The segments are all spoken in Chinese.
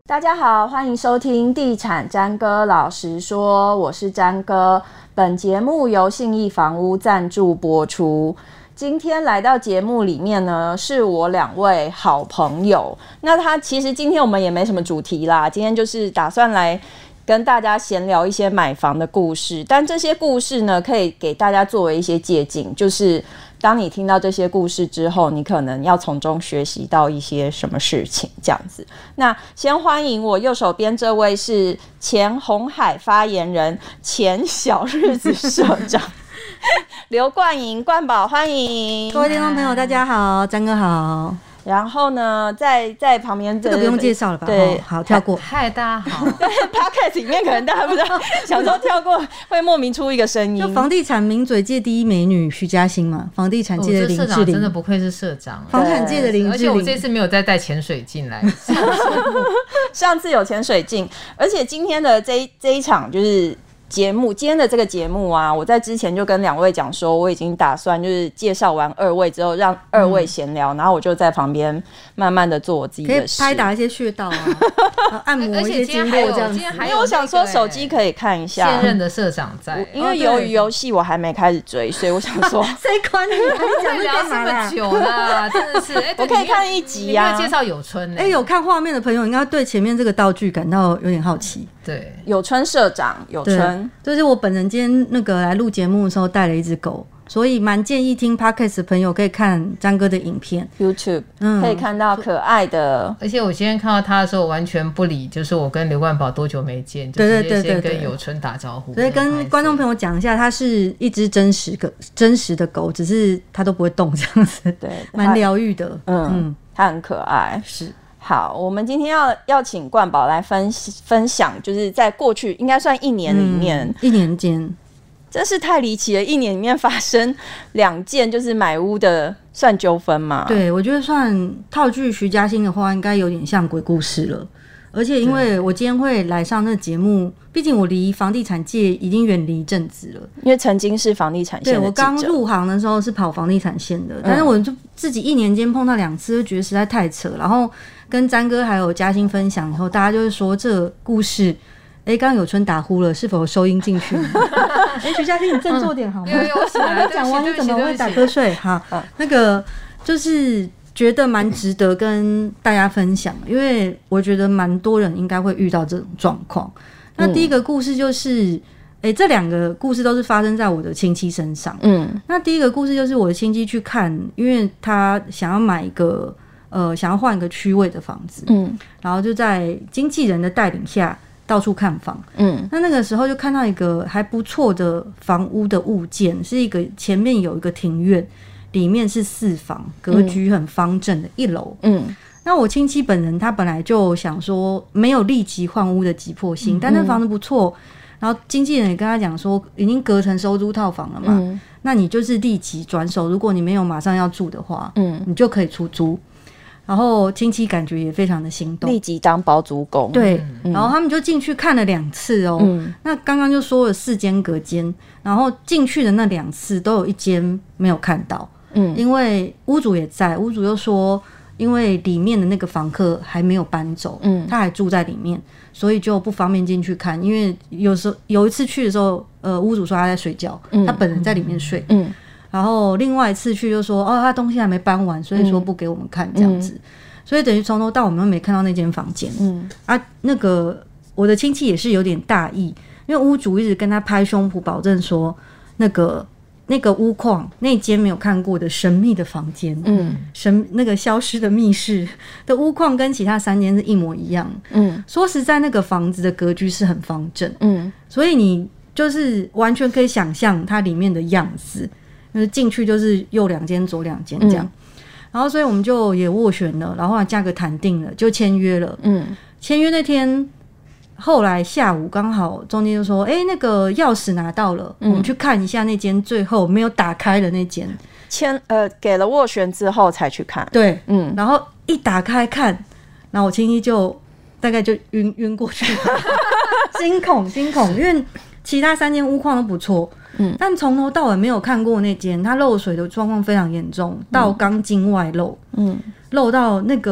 大家好，欢迎收听地产詹哥老实说，我是詹哥。本节目由信义房屋赞助播出。今天来到节目里面呢，是我2位好朋友。那其实今天我们也没什么主题啦，今天就是打算来跟大家闲聊一些买房的故事，但这些故事呢，可以给大家作为一些借鉴，就是当你听到这些故事之后，你可能要从中学习到一些什么事情，这样子。那先欢迎我右手边这位是前鸿海发言人、前小日子社长刘冠莹，冠宝，欢迎各位听众朋友，大家好，詹哥好。 然后呢，在旁边这个不用介绍了吧？ 对， 好，跳过。 嗨，大家好。 对 ，Podcast 里面可能大家不知道，想说跳过会莫名出一个声音。 就房地产名嘴界第一美女徐嘉欣嘛，房地产界的林志玲。 社长真的不愧是社长， 房产界的林志玲。 而且我这次没有再带潜水进来， 上次有潜水进，而且今天的这一场就是节目，今天的这个节目啊，我在之前就跟2位讲说，我已经打算就是介绍完2位之后，让2位闲聊，然后我就在旁边慢慢的做我自己的事， 可以拍打一些穴道啊，按摩一些经络这样子。 因为我想说手机可以看一下现任的社长在， 因为鱿鱼游戏我还没开始追，所以我想说谁管你？你讲聊这么久了，真的是， 我可以看一集啊。 介绍有春， 有看画面的朋友应该对前面这个道具感到有点好奇。 对， 有春社长，有春， 就是我本人今天那个来录节目的时候带了一只狗，所以蛮建议听 Podcast 的朋友可以看詹哥的影片 YouTube，可以看到可爱的。 而且我今天看到他的时候，完全不理，就是我跟刘冠宝多久没见，就直接先跟有春打招呼。 所以跟观众朋友讲一下，它是一只真实的狗，只是它都不会动这样子，对，蛮疗愈的。 它很可爱， 是。 好，我们今天要请冠宝来分享，就是在过去应该算1年里面 ，1年间， 真是太离奇了。1年里面发生2件就是买屋的算纠纷嘛？ 对，我觉得算套句徐嘉欣的话，应该有点像鬼故事了。而且因为我今天会来上那个节目，毕竟我离房地产界已经远离一阵子了， 因为曾经是房地产线的记者。 对，我刚入行的时候是跑房地产线的，但是我就自己1年间碰到2次，就觉得实在太扯。然后跟詹哥还有嘉欣分享以后，大家就是说这个故事，刚刚有春打呼了，是否有收音进去？徐嘉欣，你振作点好吗？ 有起来， 讲完你怎么会打瞌睡？好，那个就是觉得蛮值得跟大家分享，因为我觉得蛮多人应该会遇到这种状况。那第一个故事就是这2个故事都是发生在我的亲戚身上。那第一个故事就是我的亲戚去看，因为他想要买一个想要换一个区位的房子，然后就在经纪人的带领下到处看房。那个时候就看到一个还不错的房屋的物件，是一个前面有一个庭院，里面是4房，格局很方正的1楼。那我亲戚本人他本来就想说没有立即换屋的急迫性，但那房子不错，然后经纪人也跟他讲说已经隔成收租套房了嘛，那你就是立即转手，如果你没有马上要住的话，你就可以出租。然后亲戚感觉也非常的心动， 立即当包租公。 对，然后他们就进去看了2次哦。那刚刚就说了4间隔间，然后进去的那2次都有1间没有看到。因为屋主也在，屋主又说因为里面的那个房客还没有搬走，他还住在里面，所以就不方便进去看。因为有一次去的时候，屋主说他在睡觉，他本人在里面睡。然后另外一次去就说他东西还没搬完，所以说不给我们看这样子。所以等于从头到尾我们没看到那间房间。那个我的亲戚也是有点大意，因为屋主一直跟他拍胸脯保证说那个屋况那间没有看过的神秘的房间，那个消失的密室的屋况跟其他3间是一模一样。说实在那个房子的格局是很方正，所以你就是完全可以想象它里面的样子，就是进去就是右2间左2间这样。然后所以我们就也斡旋了，然后后来价格谈定了，就签约了。签约那天后来下午刚好中间就说那个钥匙拿到了，我们去看一下那间最后没有打开的那间。 给了斡旋之后才去看。 对，然后一打开看，然后我亲戚就大概就晕过去了惊恐，因为其他3间屋况都不错，但从头到尾没有看过那间，它漏水的状况非常严重，到钢筋外漏，漏到那个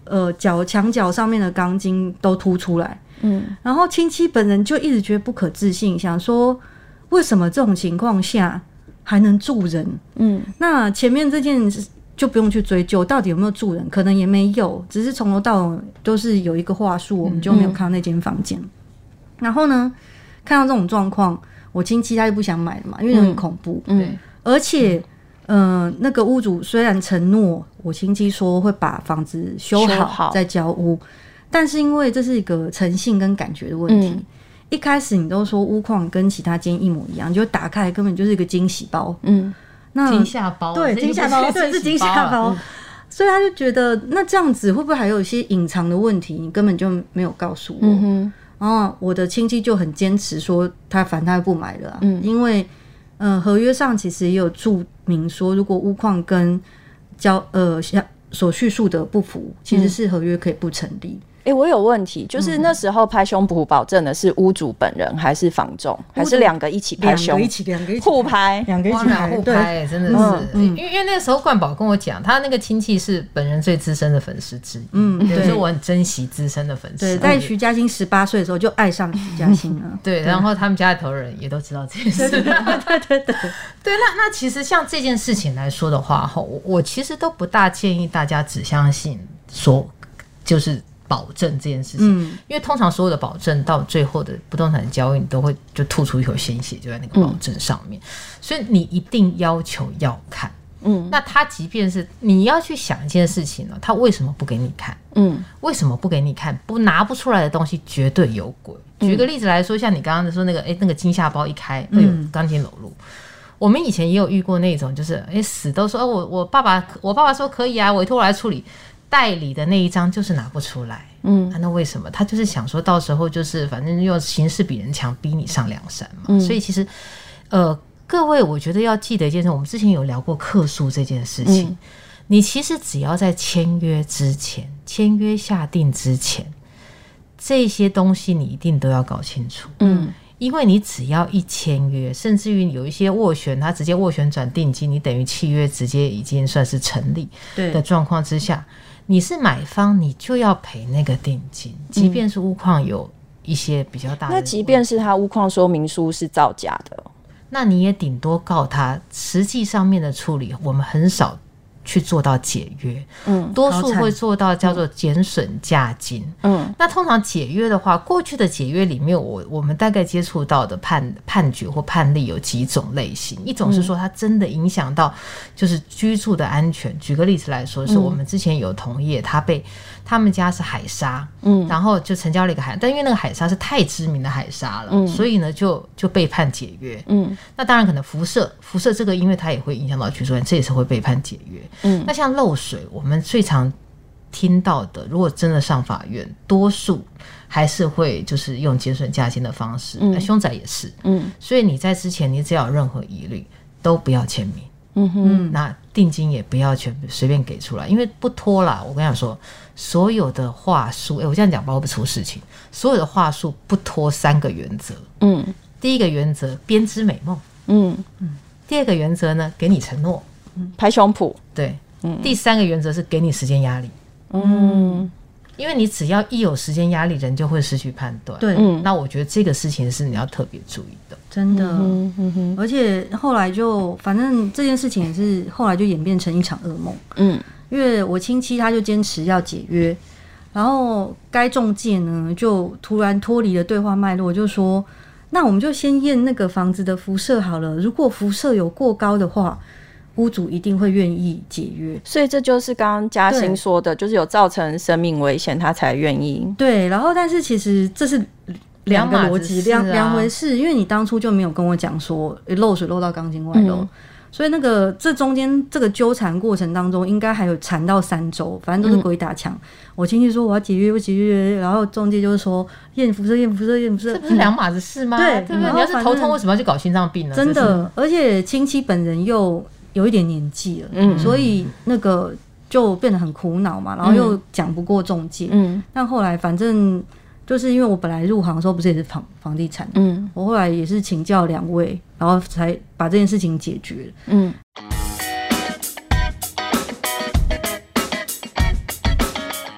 墙角上面的钢筋都凸出来。然后亲戚本人就一直觉得不可置信，想说为什么这种情况下还能住人？那前面这件事就不用去追究到底有没有住人，可能也没有，只是从头到尾都是有一个话术，我们就没有看到那间房间。然后呢，看到这种状况，我亲戚他就不想买了嘛，因为很恐怖。而且那个屋主虽然承诺我亲戚说会把房子修好再交屋，但是因为这是一个诚信跟感觉的问题，一开始你都说屋况跟其他间一模一样，就打开根本就是一个惊喜包。那惊吓包， 对，惊吓包，对，是惊吓包。所以他就觉得那这样子会不会还有一些隐藏的问题，你根本就没有告诉我。然后我的亲戚就很坚持说反正他不买了因为合约上其实也有注明说，如果屋况跟所叙述的不符，其实是合约可以不成立。 我有问题，就是那时候拍胸脯保证的是屋主本人还是房仲，还是两个一起拍胸？ 两个一起互拍， 两个一起拍， 互拍，真的是。因为那个时候冠宝跟我讲，他那个亲戚是本人最资深的粉丝之一，所以我很珍惜资深的粉丝。 对，在徐嘉欣18岁的时候就爱上徐嘉欣了。 对，然后他们家的头人也都知道这件事。对，那其实像这件事情来说的话，我其实都不大建议大家只相信说就是保证这件事情，因为通常所有的保证到最后的不动产交易，你都会就吐出一口鲜血，就在那个保证上面，所以你一定要求要看。那他即便是你要去想一件事情呢，他为什么不给你看？为什么不给你看？拿不出来的东西绝对有鬼。举个例子来说，像你刚刚说那个惊吓包一开会有钢筋裸露。我们以前也有遇过那种，就是死都说我爸爸说可以啊，委托我来处理。代理的那一张就是拿不出来，那为什么？他就是想说到时候就是反正用形势比人强，逼你上梁山嘛。所以其实各位我觉得要记得一件事，我们之前有聊过客诉这件事情，你其实只要在签约之前、签约下定之前，这些东西你一定都要搞清楚。因为你只要一签约，甚至于有一些斡旋，他直接斡旋转定金，你等于契约直接已经算是成立的状况之下，你是买方，你就要赔那个定金，即便是屋况有一些比较大的， 那即便是他屋况说明书是造假的， 那你也顶多告他。实际上面的处理，我们很少去做到解约，多数会做到叫做减损价金。那通常解约的话，过去的解约里面，我们大概接触到的判决或判例有几种类型。一种是说它真的影响到就是居住的安全。举个例子来说，是我们之前有同业，他们家是海沙，然后就成交了一个海，但因为那个海沙是太知名的海沙了，所以呢就被判解约。那当然可能辐射这个，因为它也会影响到居住安全，这也是会被判解约。那像漏水，我们最常听到的，如果真的上法院，多数还是会就是用减损价金的方式。那凶宅也是，所以你在之前你只要有任何疑虑，都不要签名。那定金也不要全随便给出来，因为不拖啦。我跟你讲说，所有的话术，我这样讲包不出事情。所有的话术不拖3个原则。第一个原则，编织美梦。第二个原则呢，给你承诺。 拍胸脯。 对。第3个原则是给你时间压力。因为你只要一有时间压力，人就会失去判断。 对。 那我觉得这个事情是你要特别注意的。 真的。而且后来就反正这件事情也是后来就演变成一场噩梦。因为我亲戚他就坚持要解约，然后该仲介呢就突然脱离了对话脉络，就说那我们就先验那个房子的辐射好了，如果辐射有过高的话，屋主一定会愿意解约。 所以这就是刚刚嘉欣说的，就是有造成生命危险他才愿意。 对，然后但是其实这是两个逻辑，两回事，因为你当初就没有跟我讲说漏水漏到钢筋外漏。所以这中间这个纠缠过程当中，应该还有缠到3周，反正都是鬼打墙。我亲戚说我要解约，我解约，然后中介就是说验辐射， 这不是两码子事吗？对不对？你要是头痛，为什么要去搞心脏病呢？ 真的，而且亲戚本人又有一点年纪了，所以那个就变得很苦恼嘛，然后又讲不过中介。但后来反正就是因为我本来入行的时候不是也是房地产，我后来也是请教2位，然后才把这件事情解决。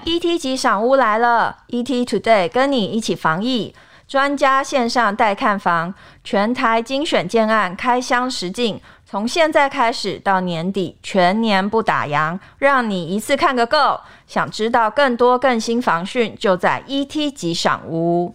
ET 级赏屋来了 ，ET Today 跟你一起防疫，专家线上带看房，全台精选建案开箱实境，从现在开始到年底，全年不打烊，让你一次看个够。想知道更多更新房讯，就在 ET 级赏屋。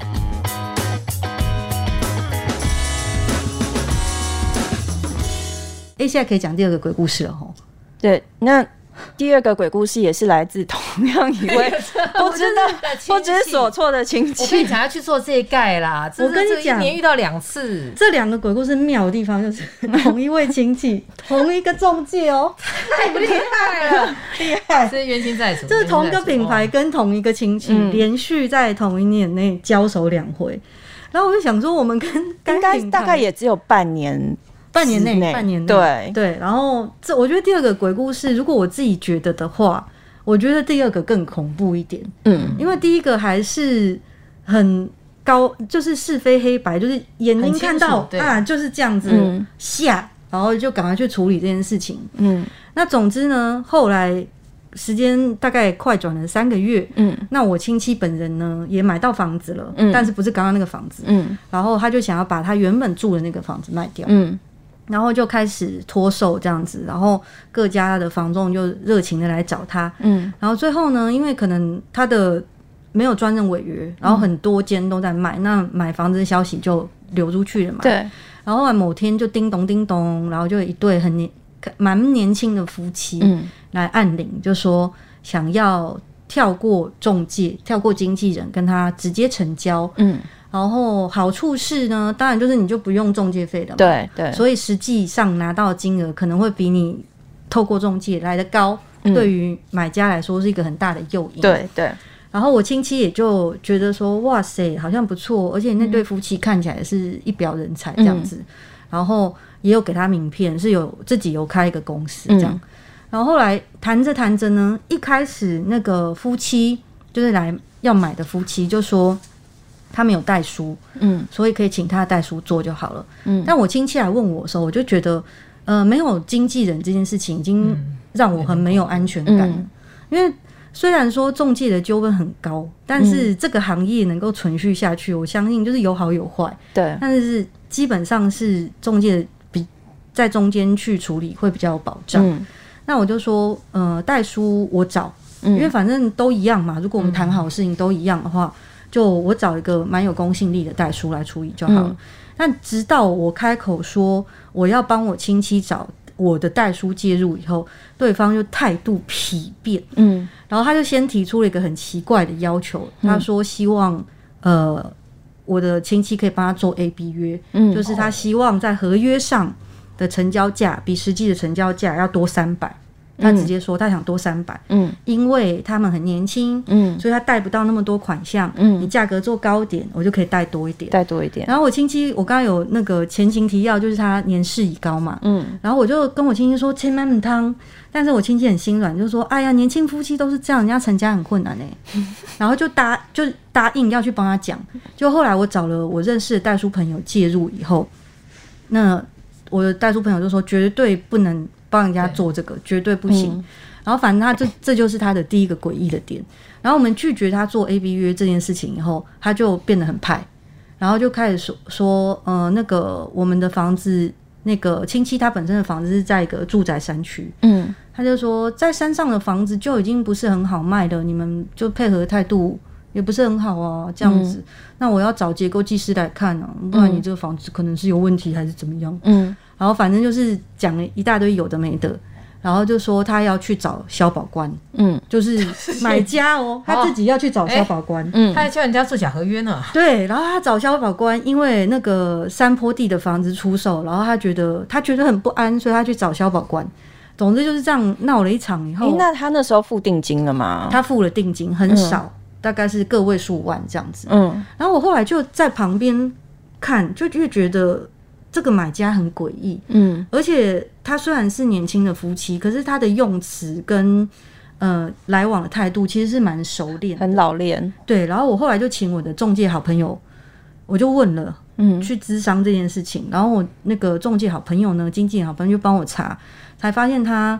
现在可以讲第二个鬼故事了吼。 对，那第二个鬼故事也是来自同样一位不知所措的亲戚。 我跟你讲，要去做这一盖啦。 我跟你讲， 一年遇到2次。 这2个鬼故事妙的地方就是同一位亲戚，同一个中介哦， 太厉害了， 厉害！ 这是冤亲债主， 这是同一个品牌跟同一个亲戚，连续在同一年内交手2回。然后我就想说，我们跟应该大概也只有半年内，对。然后我觉得第二个鬼故事，如果我自己觉得的话，我觉得第二个更恐怖一点。因为第一个还是很高，就是是非黑白，就是眼睛看到啊就是这样子下，然后就赶快去处理这件事情。那总之呢，后来时间大概快转了3个月。那我亲戚本人呢也买到房子了，但是不是刚刚那个房子。然后他就想要把他原本住的那个房子卖掉。然后就开始脱售这样子，然后各家的房仲就热情的来找他。然后最后呢，因为可能他的没有专任违约，然后很多间都在卖，那买房子的消息就流出去了嘛。 对。 然后后来某天就叮咚叮咚，然后就有一对蛮年轻的夫妻来按铃，就说想要跳过中介，跳过经纪人，跟他直接成交。然后好处是呢，当然就是你就不用中介费的嘛。 对。 所以实际上拿到的金额可能会比你透过中介来得高，对于买家来说是一个很大的诱因。 对。 然后我亲戚也就觉得说，哇塞，好像不错，而且那对夫妻看起来是一表人才这样子。然后也有给他名片，是自己有开一个公司这样。然后后来谈着谈着呢，一开始那个夫妻就是来要买的夫妻就说他没有代书，所以可以请他的代书做就好了。但我亲戚来问我的时候，我就觉得没有经纪人这件事情已经让我很没有安全感了。因为虽然说中介的纠纷很高，但是这个行业能够存续下去，我相信就是有好有坏。 对， 但是基本上是中介在中间去处理会比较有保障。那我就说代书我找，因为反正都一样嘛，如果我们谈好事情都一样的话，就我找一个蛮有公信力的代书来处理就好了。但直到我开口说我要帮我亲戚找我的代书介入以后，对方就态度丕变。然后他就先提出了一个很奇怪的要求，他说希望我的亲戚可以帮他做 AB 约，就是他希望在合约上的成交价比实际的成交价要多300。他直接说他想多300，因为他们很年轻，所以他贷不到那么多款项，你价格做高点，我就可以贷多一点。然后我亲戚，我刚刚有那个前情提要，就是他年事已高嘛，然后我就跟我亲戚说千万唔汤，但是我亲戚很心软，就说哎呀，年轻夫妻都是这样，人家成家很困难然后就答应要去帮他讲。就后来我找了我认识的代书朋友介入以后，那我的代书朋友就说绝对不能帮人家做这个，绝对不行。然后反正这就是他的第一个诡异的点。然后我们拒绝他做 AB 约这件事情以后，他就变得很派，然后就开始说那个我们的房子，那个亲戚他本身的房子是在一个住宅山区，他就说在山上的房子就已经不是很好卖的，你们就配合的态度也不是很好啊，这样子。那我要找结构技师来看啊，不然你这个房子可能是有问题还是怎么样。然后反正就是讲了一大堆有的没的，然后就说他要去找消保官，就是买家他自己要去找消保官， 他还叫人家做假合约呢。 对，然后他找消保官，因为那个山坡地的房子出售，然后他觉得很不安，所以他去找消保官。总之就是这样闹了一场以后， 那他那时候付定金了吗？ 他付了定金，很少，大概是个位数万这样子。然后我后来就在旁边看，就越觉得这个买家很诡异，而且他虽然是年轻的夫妻，可是他的用词跟来往的态度其实是蛮熟练， 很老练。 对，然后我后来就请我的中介好朋友，我就问了，去咨商这件事情，然后我那个中介好朋友呢，经纪人好朋友就帮我查，才发现他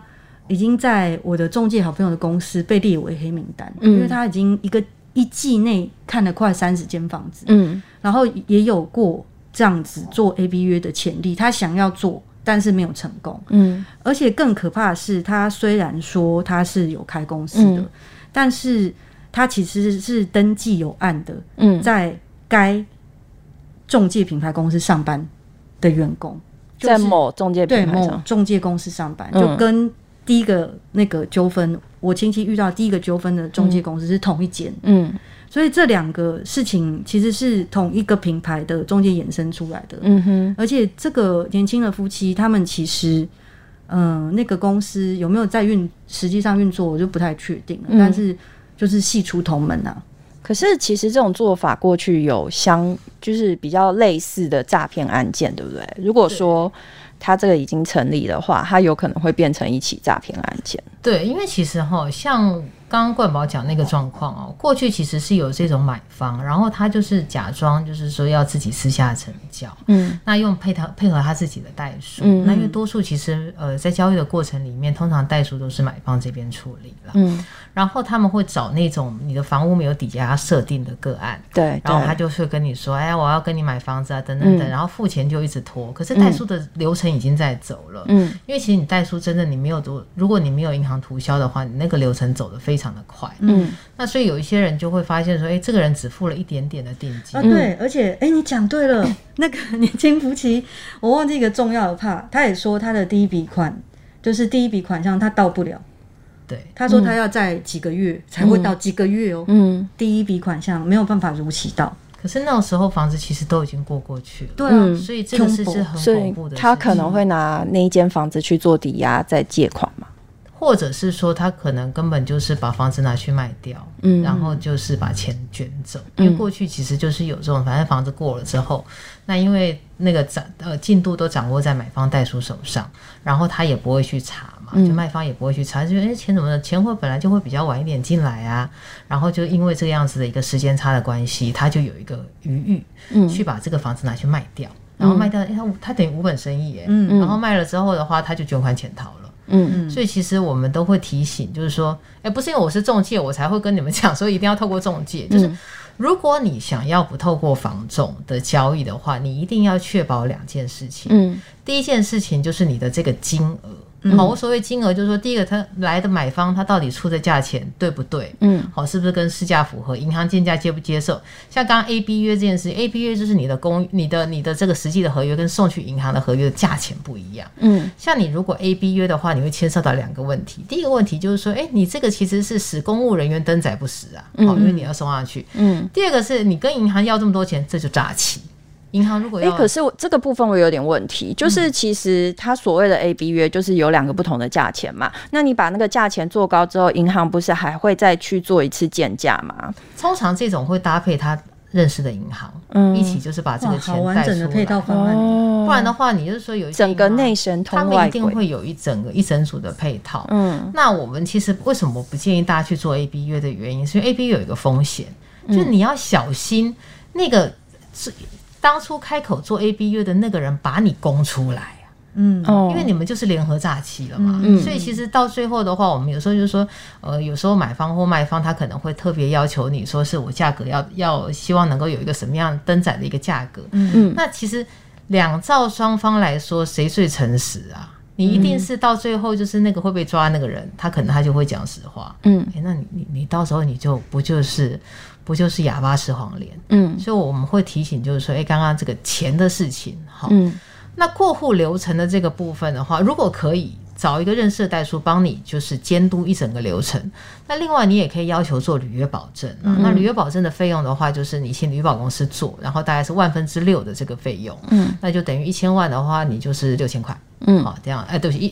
已经在我的中介好朋友的公司被列为黑名单，因为他已经一季内看了快30间房子，然后也有过这样子做 AB 约的潜力，他想要做，但是没有成功，而且更可怕的是，他虽然说他是有开公司的，但是他其实是登记有案的，在该仲介品牌公司上班的员工， 在某仲介品牌上， 对某仲介公司上班，就跟第一个那个纠纷，我亲戚遇到第一个纠纷的仲介公司是同一间，所以这两个事情其实是同一个品牌的中介衍生出来的，而且这个年轻的夫妻他们其实那个公司有没有在实际上运作我就不太确定了，但是就是系出同门啊。 可是其实这种做法过去有就是比较类似的诈骗案件，对不对？如果说他这个已经成立的话，他有可能会变成一起诈骗案件。 对，因为其实像刚刚冠宝讲那个状况过去其实是有这种买方，然后他就是假装就是说要自己私下成交，那用配合他自己的代书，那因为多数其实在交易的过程里面，通常代书都是买方这边处理了，然后他们会找那种你的房屋没有抵押设定的个案， 对， 然后他就会跟你说，哎，我要跟你买房子啊，等等等，然后付钱就一直拖，可是代书的流程已经在走了，因为其实你代书真的你没有如果你没有银行涂销的话，你那个流程走得非常的快，那所以有一些人就会发现说，哎，这个人只付了一点点的定金， 对，而且你讲对了，那个年轻夫妻，我忘记一个重要的 part， 他也说他的第一笔款就是第一笔款项他到不了。 对， 他说他要在几个月才会到，几个月第一笔款项没有办法如期到。 可是那个时候房子其实都已经过去了， 对啊， 所以这个是很恐怖的事情。 他可能会拿那一间房子去做抵押再借款嘛， 或者是说他可能根本就是把房子拿去卖掉，然后就是把钱卷走，因为过去其实就是有这种，反正房子过了之后，那因为那个进度都掌握在买方代书手上，然后他也不会去查嘛，就卖方也不会去查，就钱怎么的，钱会本来就会比较晚一点进来啊，然后就因为这个样子的一个时间差的关系，他就有一个余裕去把这个房子拿去卖掉，然后卖掉，他等于无本生意耶，然后卖了之后的话，他就卷款潜逃了。所以其实我们都会提醒，就是说，不是因为我是仲介我才会跟你们讲说一定要透过仲介，就是如果你想要不透过房仲的交易的话，你一定要确保2件事情。第一件事情就是你的这个金额。好，我所谓金额就是说，第一个他来的买方他到底出的价钱对不对？好，是不是跟市价符合？银行建价接不接受？像刚刚 AB 约这件事 ，AB 约就是你的这个实际的合约跟送去银行的合约的价钱不一样。像你如果 AB 约的话，你会牵涉到2个问题。第一个问题就是说，你这个其实是使公务人员登载不实啊，好，因为你要送上去。第二个是你跟银行要这么多钱，这就诈欺。银行如果要可是这个部分我有点问题，就是其实他所谓的 AB 约就是有2个不同的价钱嘛，那你把那个价钱做高之后，银行不是还会再去做一次鉴价吗？ 通常这种会搭配他认识的银行，一起就是把这个钱带出来，好完整的配套方案， 不然的话你就是说有一些整个内神通外鬼， 他们一定会有一整组的配套。那我们其实为什么不建议大家去做 AB 约的原因，是因为 AB 约有一个风险，就是你要小心那个当初开口做 AB 约的那个人把你供出来啊，因为你们就是联合诈欺了嘛，所以其实到最后的话，我们有时候就是说，有时候买方或卖方他可能会特别要求你说是我价格要希望能够有一个什么样登载的一个价格，那其实2造双方来说，谁最诚实啊？你一定是到最后就是那个会被抓那个人，他可能他就会讲实话，那你到时候你就不就是哑巴吃黄连？所以我们会提醒，就是说，刚刚这个钱的事情，那过户流程的这个部分的话，如果可以找一个认识的代书帮你就是监督一整个流程，那另外你也可以要求做履约保证那履约保证的费用的话，就是你请履保公司做，然后大概是6/1000的这个费用，那就等于1000万的话，你就是6000块。好，这样，对不起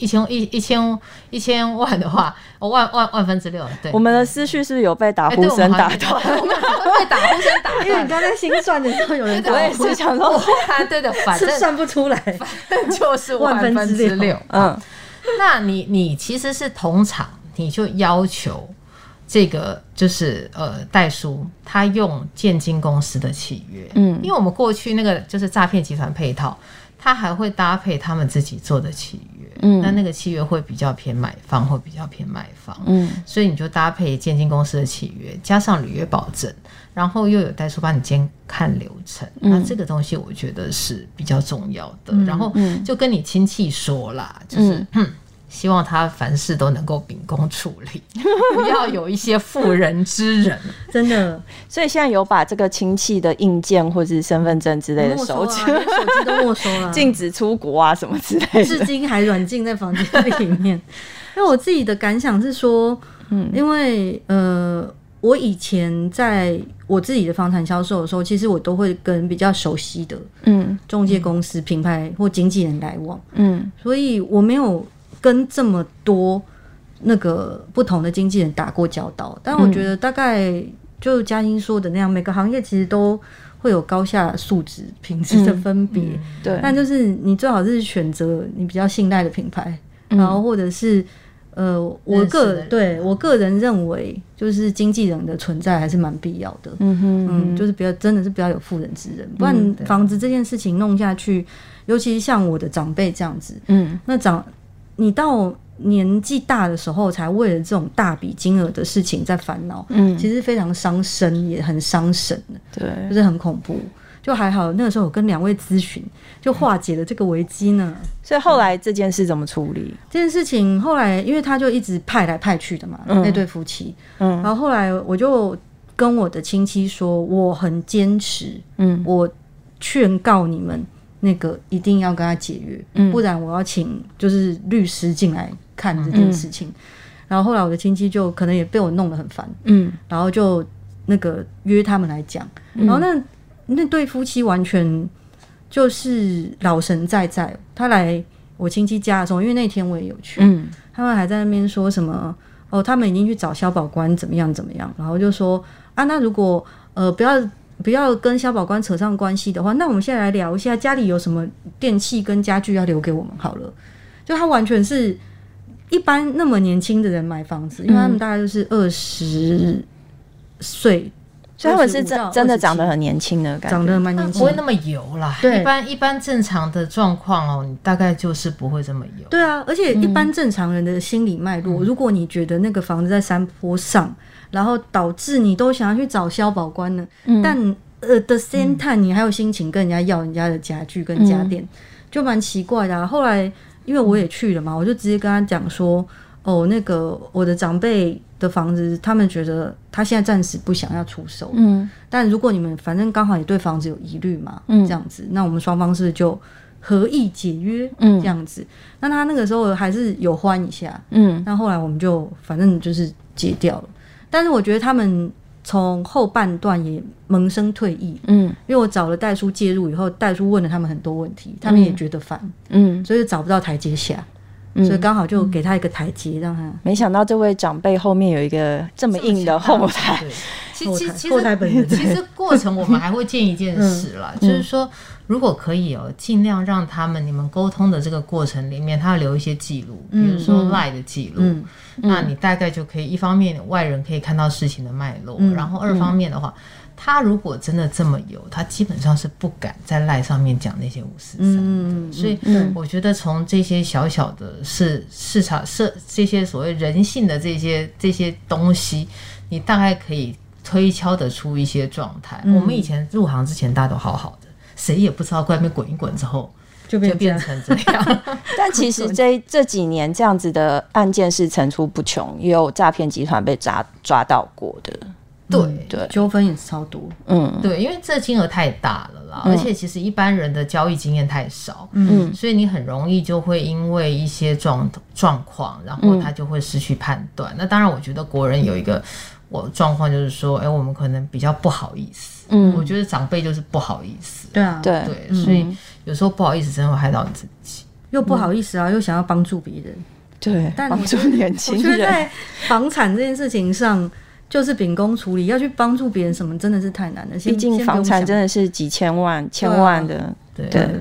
，1000万的话，1/1000，对。 我们的思绪是不是有被打呼声打断？ 我们被打呼声打断， 因为你刚才心算的时候有人打呼， 我也是想说， 对的，反正算不出来， 反正就是6/1000。那你其实是同场，你就要求这个就是代书他用建金公司的契约，因为我们过去那个就是诈骗集团配套，他还会搭配他们自己做的契约， 那个契约会比较偏买方，会比较偏卖方，所以你就搭配建金公司的契约，加上履约保证，然后又有代书帮你监看流程，那这个东西我觉得是比较重要的。然后就跟你亲戚说啦，就是希望他凡事都能够秉公处理，不要有一些妇人之仁。 真的， 所以现在有把这个亲戚的印件或是身份证之类的收起， 连手机都没收了， 禁止出国啊什么之类的， 至今还软禁在房间里面。因为我自己的感想是说，因为我以前在我自己的房产销售的时候，其实我都会跟比较熟悉的中介公司、品牌或经纪人来往，所以我没有跟这么多那个不同的经纪人打过交道。但我觉得大概就嘉欣说的那样，每个行业其实都会有高下素质、品质的分别。 对， 但就是你最好是选择你比较信赖的品牌，然后或者是我个人认为，就是经纪人的存在还是蛮必要的。就是真的是不要有妇人之仁，不然房子这件事情弄下去，尤其像我的长辈这样子，那你到年纪大的时候才为了这种大笔金额的事情在烦恼，其实非常伤身，也很伤神的，对，就是很恐怖。就还好那个时候我跟2位咨询，就化解了这个危机呢。 所以后来这件事怎么处理？ 这件事情后来因为他就一直派来派去的嘛，那对夫妻，然后后来我就跟我的亲戚说，我很坚持，我劝告你们那个一定要跟他解约，不然我要请就是律师进来看这件事情。然后后来我的亲戚就可能也被我弄得很烦，然后就那个约他们来讲，然后那对夫妻完全就是老神在在。他来我亲戚家的时候，因为那天我也有去，他们还在那边说什么他们已经去找消保官怎么样怎么样，然后就说那如果不要跟消保官扯上关系的话，那我们现在来聊一下家里有什么电器跟家具要留给我们好了。就他完全是一般那么年轻的人买房子，因为他们大概就是20岁。 所以他们是真的长得很年轻的感觉， 长得蛮年轻， 不会那么油啦。一般正常的状况你大概就是不会这么油。 对啊，而且一般正常人的心理脉络，如果你觉得那个房子在山坡上，然后导致你都想要去找消保官呢，但the same time 你还有心情跟人家要人家的家具跟家电，就蛮奇怪的。后来因为我也去了嘛，我就直接跟他讲说，那个我的长辈的房子，他们觉得他现在暂时不想要出售，但如果你们反正刚好也对房子有疑虑嘛，这样子，那我们双方是不是就合意解约，这样子。那他那个时候还是有欢一下，那后来我们就反正就是解掉了。但是我觉得他们从后半段也萌生退意，因为我找了代书介入以后，代书问了他们很多问题，他们也觉得烦，所以就找不到台阶下。所以刚好就给他一个台阶，让他。 没想到这位长辈后面有一个这么硬的后台。 后台本人。 其实过程我们还会建一件事啦，就是说如果可以尽量让你们沟通的这个过程里面，他要留一些记录，比如说 LINE 的记录，那你大概就可以一方面外人可以看到事情的脉络，然后二方面的话。他如果真的这么油，他基本上是不敢在LINE上面讲那些543的，所以我觉得从这些小小的市场这些所谓人性的这些东西，你大概可以推敲得出一些状态。我们以前入行之前大家都好好的，谁也不知道外面滚一滚之后就变成这样。 但其实这几年这样子的案件是层出不穷，也有诈骗集团被抓到过的。 对，纠纷也是超多。 对，因为这金额太大了啦，而且其实一般人的交易经验太少，所以你很容易就会因为一些状况，然后他就会失去判断。那当然，我觉得国人有一个状况就是说，我们可能比较不好意思。我觉得长辈就是不好意思。 对啊， 对，所以有时候不好意思真的会害到你自己， 又不好意思又想要帮助别人。 对，帮助年轻人。 我觉得在房产这件事情上。就是秉公处理，要去帮助别人什么真的是太难了。 毕竟房产真的是几千万、千万的。 对。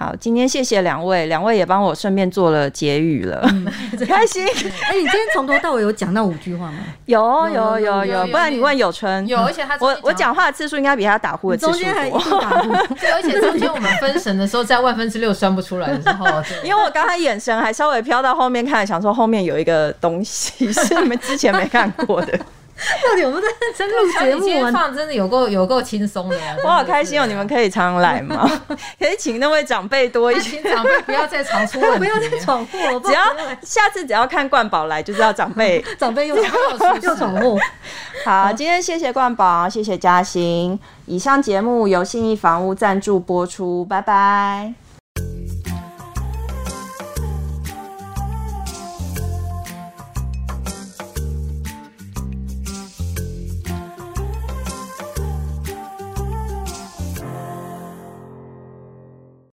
好，今天谢谢两位也帮我顺便做了结语了，开心。 你今天从头到尾有讲到5句话吗？ 有，不然你问有春。 有，而且我讲话的次数应该比他打呼的次数多。 中间还一度打呼。 对，而且中间我们分神的时候，在6/1000算不出来的时候， 因为我刚才眼神还稍微飘到后面看，想说后面有一个东西是你们之前没看过的。 到底我们在真录节目今天放真的有够轻松的， 我好开心哦！你们可以常来吗？可以请那位长辈多一些， 请长辈不要再常出问题， 不要再闯祸了。 下次只要看冠宝来，就知道长辈又闯祸。 好，今天谢谢冠宝，谢谢嘉欣。以上节目由信义房屋赞助播出，拜拜。